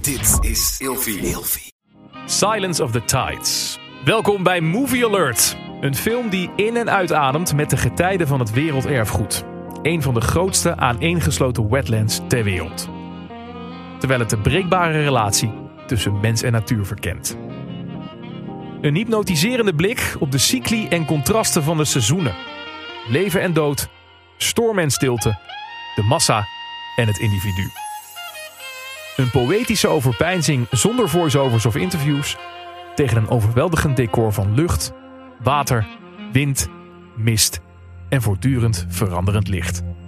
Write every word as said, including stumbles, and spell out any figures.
Dit is Ilfie. Silence of the Tides. Welkom bij Movie Alert. Een film die in- en uitademt met de getijden van het werelderfgoed. Een van de grootste aaneengesloten wetlands ter wereld. Terwijl het de breekbare relatie tussen mens en natuur verkent. Een hypnotiserende blik op de cycli en contrasten van de seizoenen. Leven en dood, storm en stilte, de massa en het individu. Een poëtische overpeinzing zonder voice-overs of interviews tegen een overweldigend decor van lucht, water, wind, mist en voortdurend veranderend licht.